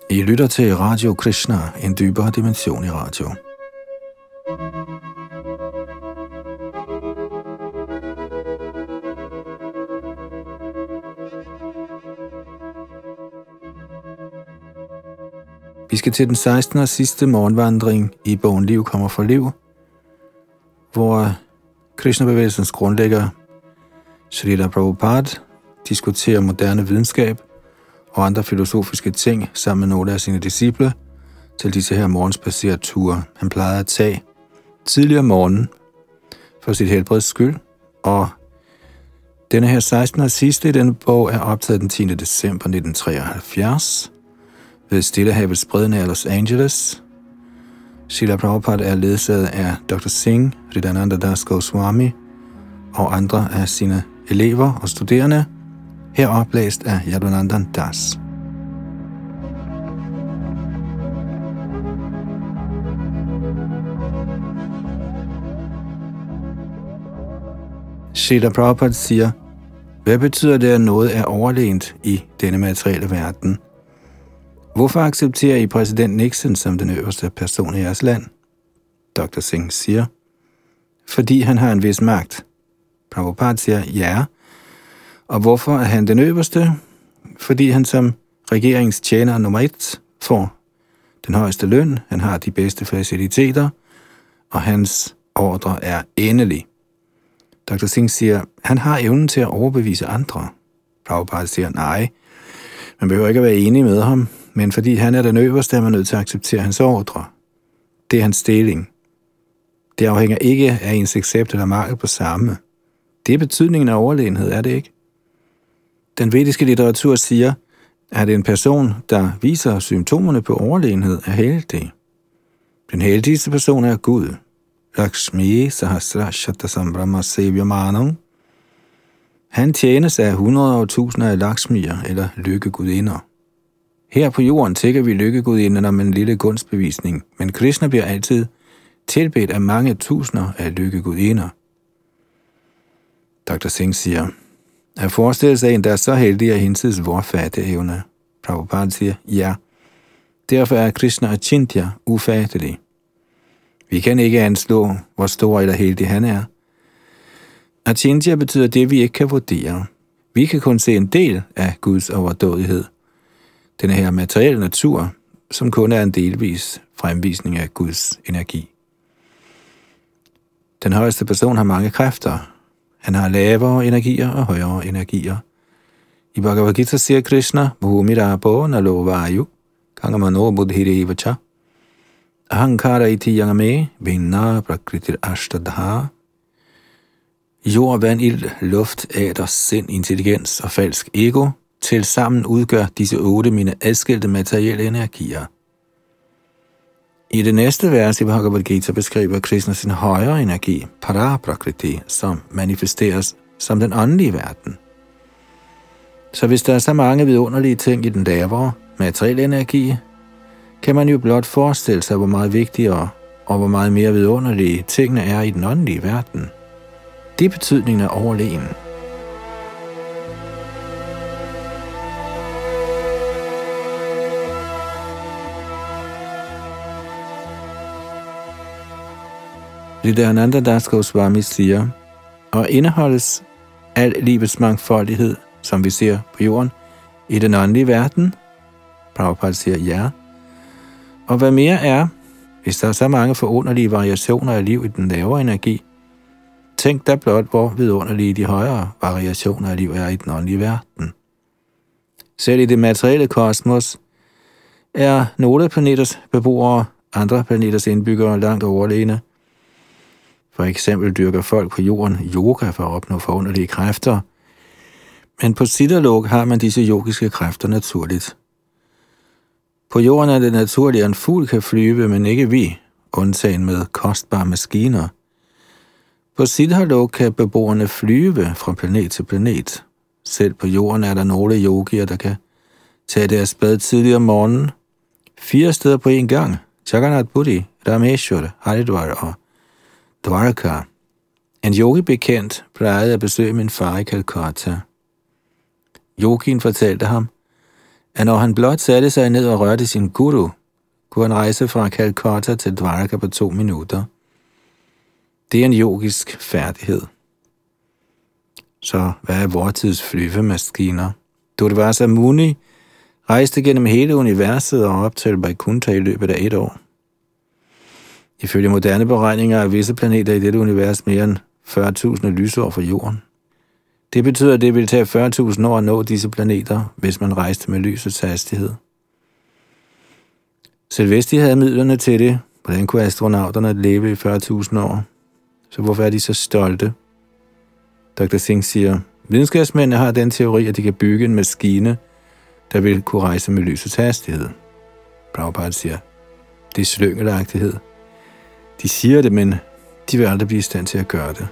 I lytter til Radio Krishna, en dybere dimension i radio. Vi skal til den 16. og sidste morgenvandring i bogen Liv kommer fra liv, hvor Krishna-bevægelsens grundlægger Srila Prabhupada diskuterer moderne videnskab og andre filosofiske ting sammen med nogle af sine disciple til disse her morgensbaserede ture. Han plejede at tage tidligere om morgenen for sit helbreds skyld, og denne her 16. og sidste i denne bog er optaget den 10. december 1973 ved Stillehavets bredden af Los Angeles. Srila Prabhupada er ledsaget af Dr. Singh, Hridayananda Das Goswami og andre af sine elever og studerende, her oplæst af Yadunandan Das. Srila Prabhupada siger, hvad betyder det, at noget er overlegent i denne materielle verden? Hvorfor accepterer I præsident Nixon som den øverste person i jeres land? Dr. Singh siger, fordi han har en vis magt. Prabhupada siger, ja. Og hvorfor er han den øverste? Fordi han som regeringstjener nummer 1 får den højeste løn, han har de bedste faciliteter, og hans ordre er endelig. Dr. Singh siger, han har evnen til at overbevise andre. Prabhupada siger, nej, man behøver ikke at være enig med ham, men fordi han er den øverste, er man nødt til at acceptere hans ordre. Det er hans stilling. Det afhænger ikke af ens accept eller mangel på samme. Det er betydningen af overlegenhed, er det ikke? Den vediske litteratur siger, at en person, der viser symptomerne på overlegenhed, er heldig. Den heldigste person er Gud. Lakshmi Sahasrashata Sambrahma Sevyamanam. Han tjenes af 100 og tusinder af Lakshmier eller lykkegudinder. Her på jorden tækker vi lykkegudinderne om en lille gunstbevisning, men Krishna bliver altid tilbedt af mange tusinder af lykkegudinder. Dr. Singh siger, at forestille sig en, der er så heldig af hinsides vor fatteevne. Prabhupada siger, ja. Derfor er Krishna Achintya ufattelig. Vi kan ikke anslå, hvor stor eller heldig han er. Achintya betyder det, vi ikke kan vurdere. Vi kan kun se en del af Guds overdådighed. Denne her materielle natur, som kun er en delvis fremvisning af Guds energi. Den højeste person har mange kræfter. Han har lavere energier og højere energier. I Bhagavad Gita siger Krishna, Bhumirapo nalo vayu, kangamano buddhiri vacha, ahankara iti yangame, vinna prakritir ashtadha. Jord, vand, ild, luft, æter, sind, intelligens og falsk ego, til sammen udgør disse 8 mine adskilte materielle energier. I det næste vers i Bhagavad Gita beskriver Krishna sin højere energi, Paraprakriti, som manifesteres som den åndelige verden. Så hvis der er så mange vidunderlige ting i den lavere materielle energi, kan man jo blot forestille sig, hvor meget vigtigere og hvor meget mere vidunderlige tingene er i den åndelige verden. Det er betydningen af overlegen. Hridayananda Das Goswami siger, og indeholdes al livets mangfoldighed, som vi ser på jorden, i den åndelige verden? Prabhupada siger ja. Og hvad mere er, hvis der er så mange forunderlige variationer af liv i den lavere energi, tænk da blot, hvor vidunderlige de højere variationer af liv er i den åndelige verden. Selv i det materielle kosmos er nogle planeters beboere, andre planeters indbyggere langt overlegne. For eksempel dyrker folk på jorden yoga for at opnå forunderlige kræfter, men på Siddhalok har man disse yogiske kræfter naturligt. På jorden er det naturligt, at en fugl kan flyve, men ikke vi, undtagen med kostbare maskiner. På Siddhalok kan beboerne flyve fra planet til planet. Selv på jorden er der nogle yogier, der kan tage deres bad tidligere om morgenen, 4 steder på en gang. Jagannath Puri, Rameshwar, Haridwar og Dwarka. En yogi bekendt plejede at besøge min far i Calcutta. Yogien fortalte ham, at når han blot satte sig ned og rørte sin guru, kunne han rejse fra Calcutta til Dvaraka på 2 minutter. Det er en yogisk færdighed. Så hvad er vor tids flyvemaskiner? Durvasa Muni rejste gennem hele universet og op til Vaikuntha i løbet af 1 år. Ifølge moderne beregninger er visse planeter i dette univers mere end 40.000 lysår fra jorden. Det betyder, at det vil tage 40.000 år at nå disse planeter, hvis man rejste med lysets hastighed. Selv hvis de havde midlerne til det, hvordan kunne astronauterne leve i 40.000 år? Så hvorfor er de så stolte? Dr. Singh siger, videnskabsmændene har den teori, at de kan bygge en maskine, der vil kunne rejse med lysets hastighed. Prabhupada siger, det er slyngelagtighed. De siger det, men de vil aldrig blive i stand til at gøre det.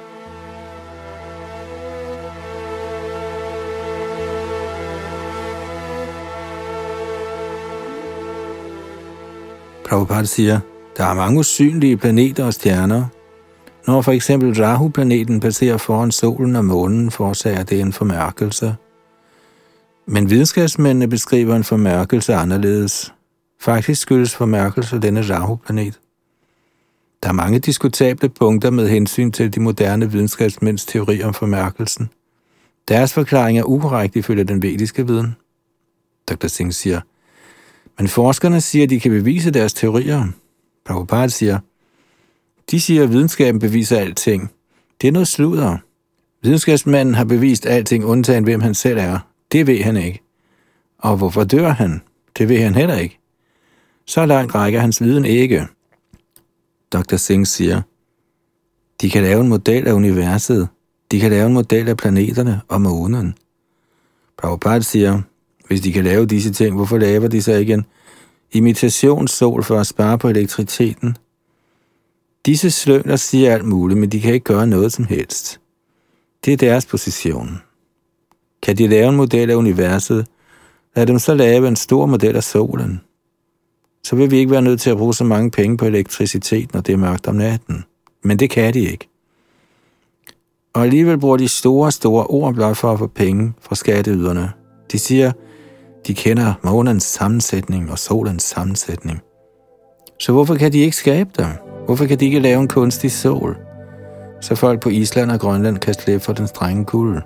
Prabhupada siger, der er mange usynlige planeter og stjerner. Når for eksempel Rahu-planeten passerer foran solen og månen, forårsager det en formørkelse. Men videnskabsmændene beskriver en formørkelse anderledes. Faktisk skyldes formørkelse denne Rahu-planet. Der er mange diskutable punkter med hensyn til de moderne videnskabsmænds teori om formørkelsen. Deres forklaring er ukorrekt ifølge den vediske viden. Dr. Singh siger, men forskerne siger, at de kan bevise deres teorier. Prabhupada siger, de siger, at videnskaben beviser alting. Det er noget sludder. Videnskabsmanden har bevist alting, undtagen hvem han selv er. Det ved han ikke. Og hvorfor dør han? Det ved han heller ikke. Så langt rækker hans viden ikke. Dr. Singh siger, de kan lave en model af universet. De kan lave en model af planeterne og månen. Prabhupada siger, hvis de kan lave disse ting, hvorfor laver de så ikke en imitationssol for at spare på elektriciteten? Disse slyngler siger alt muligt, men de kan ikke gøre noget som helst. Det er deres position. Kan de lave en model af universet, lad dem så lave en stor model af solen. Så vil vi ikke være nødt til at bruge så mange penge på elektricitet, når det er mørkt om natten. Men det kan de ikke. Og alligevel bruger de store ord blot for at få penge fra skatteyderne. De siger, de kender månens sammensætning og solens sammensætning. Så hvorfor kan de ikke skabe dem? Hvorfor kan de ikke lave en kunstig sol, så folk på Island og Grønland kan slippe for den strenge kulde?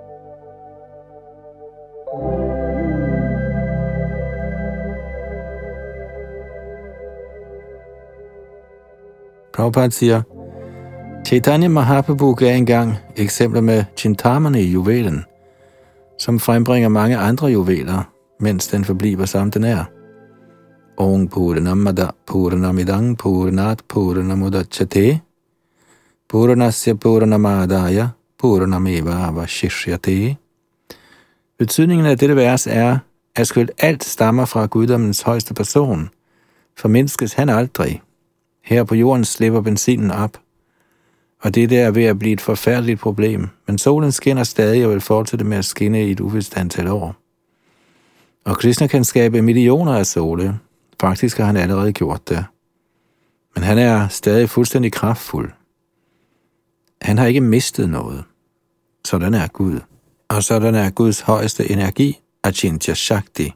Prabhupada siger, Chaitanya Mahaprabhu gav engang eksempler med Chintamani-juvelen, som frembringer mange andre juveler, mens den forbliver som den er. Om Purnamada Purnamidang Purnat Purnamudachyate Purnasya Purnamadaya Purnameva Avashishyate. Betydningen af dette vers er, at skønt alt stammer fra guddommens højeste person, formindskes han aldrig. Her på jorden slipper benzinen op, og det der er ved at blive et forfærdeligt problem, men solen skinner stadig og vil fortsætte med at skinne i et uvist antal år. Og Krishna kan skabe millioner af sole. Faktisk har han allerede gjort det. Men han er stadig fuldstændig kraftfuld. Han har ikke mistet noget. Sådan er Gud. Og sådan er Guds højeste energi, Achintya Shakti.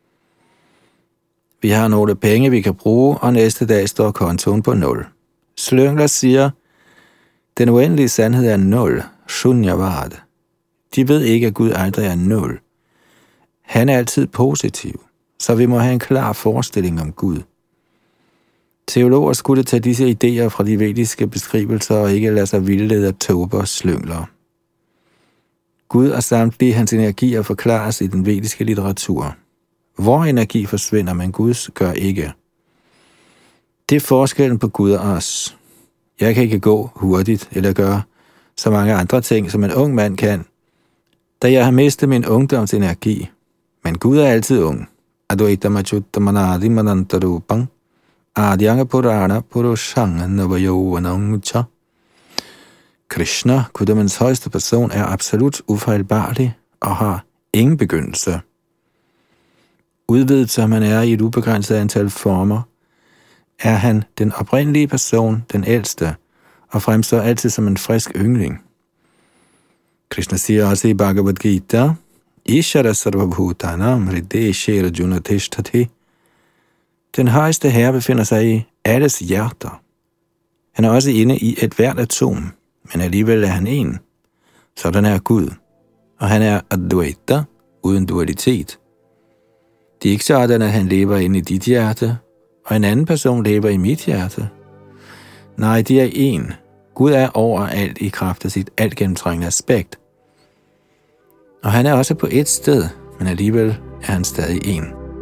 Vi har nogle penge, vi kan bruge, og næste dag står kontoen på 0. Slyngler siger, den uendelige sandhed er 0, Shunyavad. De ved ikke, at Gud aldrig er 0. Han er altid positiv, så vi må have en klar forestilling om Gud. Teologer skulle tage disse idéer fra de vediske beskrivelser og ikke lade sig vildlede af tåber og slyngler. Gud og samtlige hans energier forklares i den vediske litteratur. Vor energi forsvinder, men Guds gør ikke. Det er forskellen på Gud og os. Jeg kan ikke gå hurtigt eller gøre så mange andre ting, som en ung mand kan, da jeg har mistet min ungdoms energi. Men Gud er altid ung. Advaita Machuttamanadi Manantarupang Adyanga Purana Purushanga Navayovanang Cha. Krishna, guddommens højeste person, er absolut ufejlbarlig og har ingen begyndelse. Udvidet som han er i et ubegrænset antal former, er han den oprindelige person, den ældste, og fremstår altid som en frisk yngling. Krishna siger også i Bhagavad Gita, Ishara sarvabhutanam hrideshe Arjuna tishtati. Den højeste herre befinder sig i alles hjerter. Han er også inde i et hvert atom, men alligevel er han en. Sådan er Gud, og han er Advaita, uden dualitet. Det er ikke sådan, at han lever inde i dit hjerte, og en anden person lever i mit hjerte. Nej, de er en. Gud er overalt i kraft af sit altgennemtrængende aspekt. Og han er også på et sted, men alligevel er han stadig en.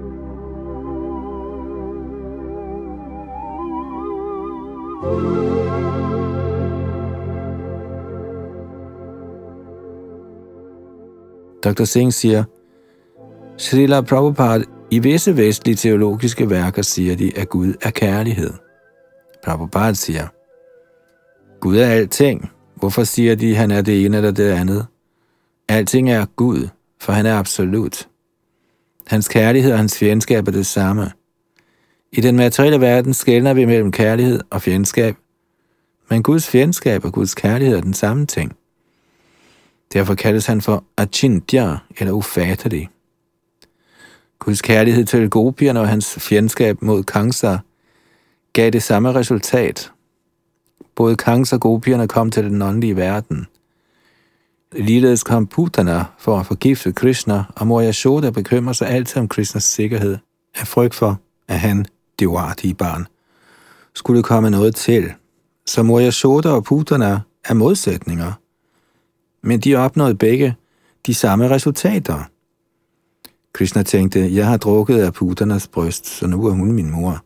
Dr. Singh siger, Srila Prabhupada, i visse vestlige teologiske værker siger de, at Gud er kærlighed. Prabhupada siger, Gud er alting. Hvorfor siger de, at han er det ene eller det andet? Alting er Gud, for han er absolut. Hans kærlighed og hans fjendskab er det samme. I den materielle verden skelner vi mellem kærlighed og fjendskab, men Guds fjendskab og Guds kærlighed er den samme ting. Derfor kaldes han for achintya, eller ufattelig. Guds kærlighed til gopierne og hans fjendskab mod Kansa gav det samme resultat. Både Kansa og gopierne kom til den åndelige verden. Ligeledes kom Putana for at forgifte Krishna, og Mor Yashoda bekymrer sig altid om Krishnas sikkerhed af frygt for, at han, det uartige barn, skulle komme noget til. Så Mor Yashoda og Putana er modsætninger. Men de opnåede begge de samme resultater. Krishna tænkte, jeg har drukket af Putanas bryst, så nu er hun min mor.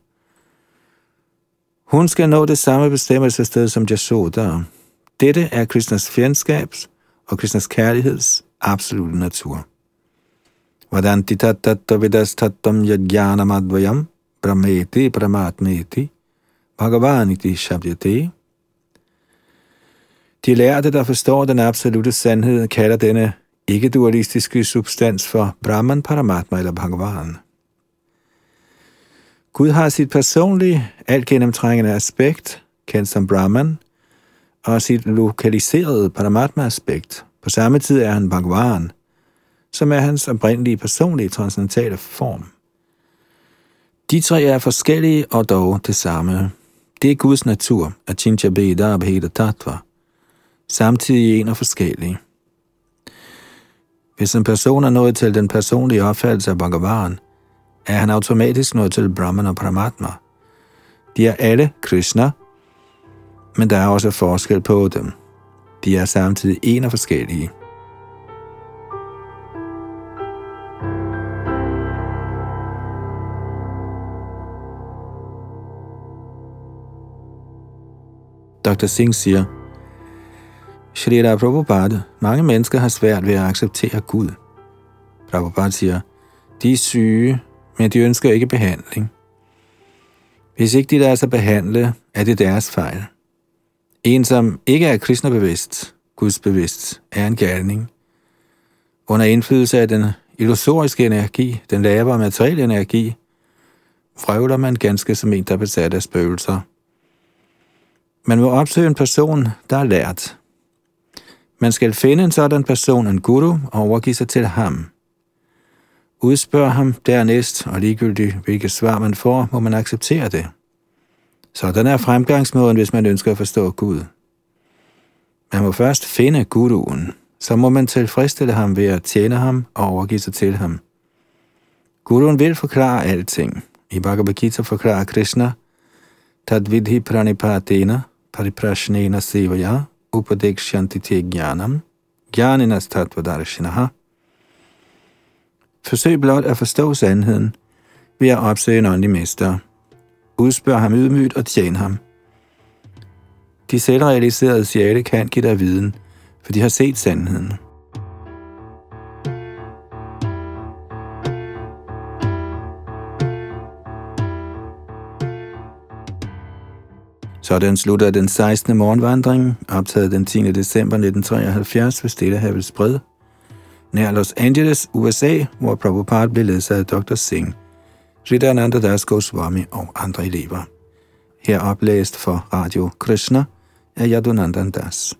Hun skal nå det samme bestemmelsessted som Yashoda. Dette er Krishnas fjendskabs og Krishnas kærligheds absolute natur. Vadanti tattatta vidastattam yajnanam advayam brahmeti brahmatmeti bhagavaniti shabdyate. De lærte, der forstår den absolute sandhed, kalder denne ikke-dualistiske substans for Brahman, Paramatma eller Bhagavan. Gud har sit personlige, alt gennemtrængende aspekt, kendt som Brahman, og sit lokaliserede Paramatma-aspekt. På samme tid er han Bhagavan, som er hans oprindelige personlige transcendentale form. De tre er forskellige og dog det samme. Det er Guds natur, achintya bheda abheda tattva, samtidig en og forskellig. Hvis en person er nået til den personlige opfattelse af Bhagavan, er han automatisk nået til Brahman og Paramatma. De er alle Krishna, men der er også forskel på dem. De er samtidig en og forskellige. Dr. Singh siger, Srila Prabhupada, mange mennesker har svært ved at acceptere Gud. Prabhupada siger, de er syge, men de ønsker ikke behandling. Hvis ikke de lader sig behandle, er det deres fejl. En, som ikke er Krishna-bevidst, Guds-bevidst, er en galning. Under indflydelse af den illusoriske energi, den lavere materielle energi, vrøvler man ganske som en, der er besat af spøgelser. Man må opsøge en person, der er lært. Man skal finde en sådan person, en guru, og overgive sig til ham. Udspørg ham dernæst, og ligegyldigt hvilket svar man får, må man acceptere det. Sådan er fremgangsmåden, hvis man ønsker at forstå Gud. Man må først finde guruen, så må man tilfredsstille ham ved at tjene ham og overgive sig til ham. Guruen vil forklare alting. I Bhagavad Gita forklarer Krishna, Tadvidhi pranipatena pariprashnena sevaya upadekshanti te jnanam jnaninas tattvadarshinaha. Forsøg blot at forstå sandheden ved at opsøge en åndelig mester. Udspørg ham ydmygt og tjene ham. De selvrealiserede sjæle kan give dig viden, for de har set sandheden. Sådan slutter den 16. morgenvandring, optaget den 10. december 1973 ved Stillehavets bred, nær Los Angeles, USA, hvor Prabhupada blev ledsaget af Dr. Singh, Sridharananda Das Goswami og andre elever. Her oplæst for Radio Krishna af Yadunandan Das.